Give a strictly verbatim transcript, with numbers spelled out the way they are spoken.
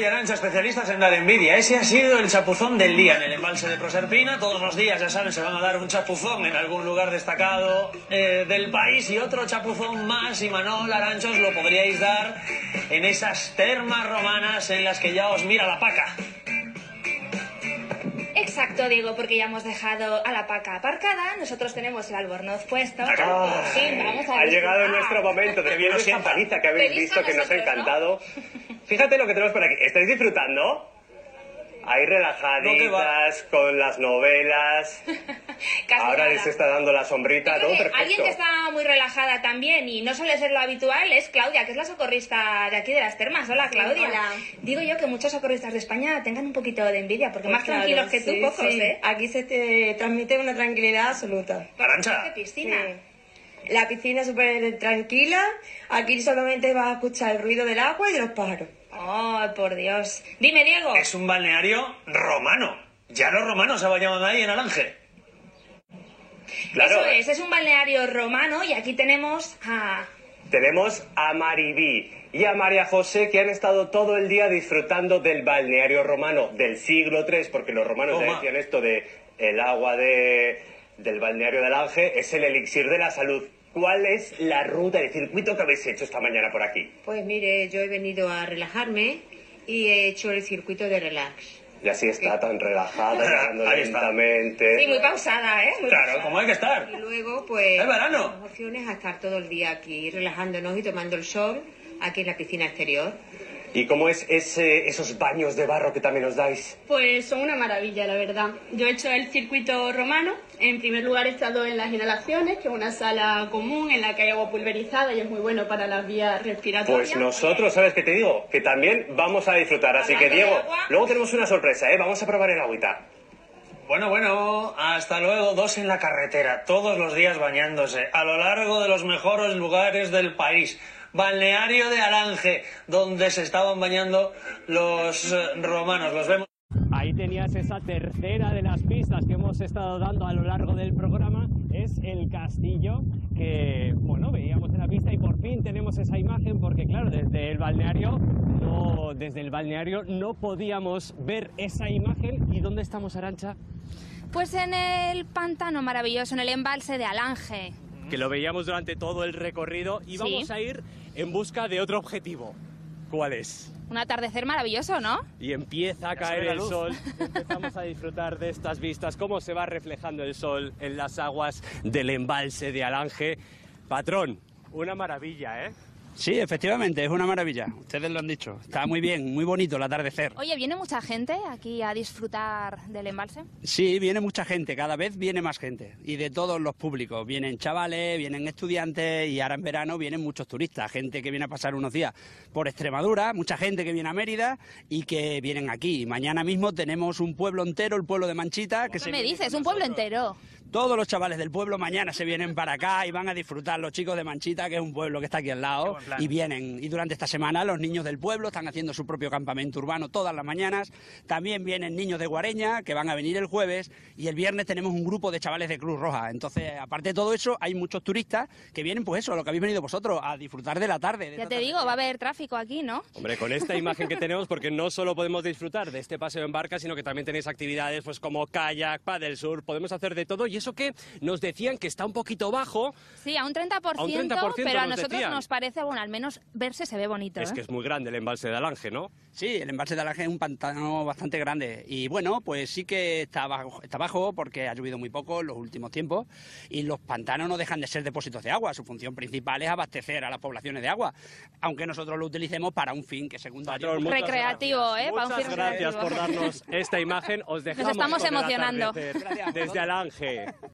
y Arantxa, especialistas en dar envidia. Ese ha sido el chapuzón del día en el embalse de Proserpina. Todos los días, ya saben, se van a dar un chapuzón en algún lugar destacado eh, del país y otro chapuzón más. Y Manol, Arantxa, os lo podríais dar en esas termas romanas en las que ya os mira la paca. Exacto, Diego, porque ya hemos dejado a la paca aparcada, nosotros tenemos el albornoz puesto. Ah, sí, vamos a ha llegado nuestro momento de ver esta paliza que habéis Feliz visto, con que nos ha nosotros, encantado. ¿No? Fíjate lo que tenemos por aquí. ¿Estáis disfrutando? Ahí relajaditas, no, con las novelas. Ahora nada. les está dando la sombrita, todo perfecto. Alguien que está muy relajada también y no suele ser lo habitual es Claudia, que es la socorrista de aquí de las termas. Hola, Claudia. Hola. Digo yo que muchos socorristas de España tengan un poquito de envidia, porque Pues más claro, tranquilos que sí, tú, pocos, sí. ¿eh? Aquí se te transmite una tranquilidad absoluta. Arantxa. ¿Qué piscina? Sí. La piscina es súper tranquila. Aquí solamente vas a escuchar el ruido del agua y de los pájaros. Oh, por Dios. Dime, Diego. Es un balneario romano. Ya los romanos se bañaban ahí en Alange. Claro. Eso es, es un balneario romano y aquí tenemos a... Tenemos a Maribí y a María José, que han estado todo el día disfrutando del balneario romano del siglo tercero, porque los romanos ya Toma. decían esto de el agua de, del balneario de Alange es el elixir de la salud. ¿Cuál es la ruta, el circuito que habéis hecho esta mañana por aquí? Pues mire, yo he venido a relajarme y he hecho el circuito de relax. Y así está tan relajada, hablando Ahí está. lentamente. Sí, muy pausada, ¿eh? Muy Claro, pausada. como hay que estar. Y luego, pues, ¿Es verano? tenemos opciones a estar todo el día aquí relajándonos y tomando el sol aquí en la piscina exterior. ¿Y cómo es ese, esos baños de barro que también os dais? Pues son una maravilla, la verdad. Yo he hecho el circuito romano. En primer lugar he estado en las inhalaciones, que es una sala común en la que hay agua pulverizada y es muy bueno para las vías respiratorias. Pues nosotros, ¿sabes qué te digo? Que también vamos a disfrutar. Así que, Hablando de Diego, agua. luego tenemos una sorpresa, ¿eh? Vamos a probar el agüita. Bueno, bueno, hasta luego, dos en la carretera, todos los días bañándose, a lo largo de los mejores lugares del país. Balneario de Alange, donde se estaban bañando los eh, romanos. Los vemos. Ahí tenías esa tercera de las pistas que hemos estado dando a lo largo del programa. Es el castillo que, bueno, veíamos en la pista y por fin tenemos esa imagen porque, claro, desde el balneario no, desde el balneario no podíamos ver esa imagen. ¿Y dónde estamos, Arantxa? Pues en el pantano maravilloso, en el embalse de Alange. Que lo veíamos durante todo el recorrido y Sí. vamos a ir en busca de otro objetivo. ¿Cuál es? Un atardecer maravilloso, ¿no? Y empieza a Ya se caer ve la el luz. sol, empezamos a disfrutar de estas vistas, cómo se va reflejando el sol en las aguas del embalse de Alange. Patrón, una maravilla, ¿eh? Sí, efectivamente, es una maravilla. Ustedes lo han dicho. Está muy bien, muy bonito el atardecer. Oye, ¿viene mucha gente aquí a disfrutar del embalse? Sí, viene mucha gente, cada vez viene más gente. Y de todos los públicos. Vienen chavales, vienen estudiantes y ahora en verano vienen muchos turistas. Gente que viene a pasar unos días por Extremadura, mucha gente que viene a Mérida y que vienen aquí. Mañana mismo tenemos un pueblo entero, el pueblo de Manchita. Que ¿Qué se me viene dices? con Un pueblo nosotros. entero. Todos los chavales del pueblo mañana se vienen para acá y van a disfrutar, los chicos de Manchita, que es un pueblo que está aquí al lado, y vienen. Y durante esta semana los niños del pueblo están haciendo su propio campamento urbano todas las mañanas. También vienen niños de Guareña, que van a venir el jueves, y el viernes tenemos un grupo de chavales de Cruz Roja. Entonces, aparte de todo eso, hay muchos turistas que vienen, pues eso, a lo que habéis venido vosotros, a disfrutar de la tarde. de Ya esta te tarde. digo, va a haber tráfico aquí, ¿no? Hombre, con esta imagen que tenemos, porque no solo podemos disfrutar de este paseo en barca, sino que también tenéis actividades pues como kayak, paddle surf, podemos hacer de todo, y eso que nos decían que está un poquito bajo. Sí, a un treinta por ciento, A un treinta por ciento pero a nos nosotros decían. nos parece, bueno, al menos verse se ve bonito, Es ¿eh? que es muy grande el embalse de Alange, ¿no? Sí, el embalse de Alange es un pantano bastante grande y bueno, pues sí que está bajo, está bajo porque ha llovido muy poco en los últimos tiempos y los pantanos no dejan de ser depósitos de agua. Su función principal es abastecer a las poblaciones de agua, aunque nosotros lo utilicemos para un fin que es secundario. Patrón, muchas Recreativo, ¿eh? Para un Muchas fin gracias recreativo. por darnos esta imagen. Os dejamos estamos con el emocionando. atardecer desde Alange.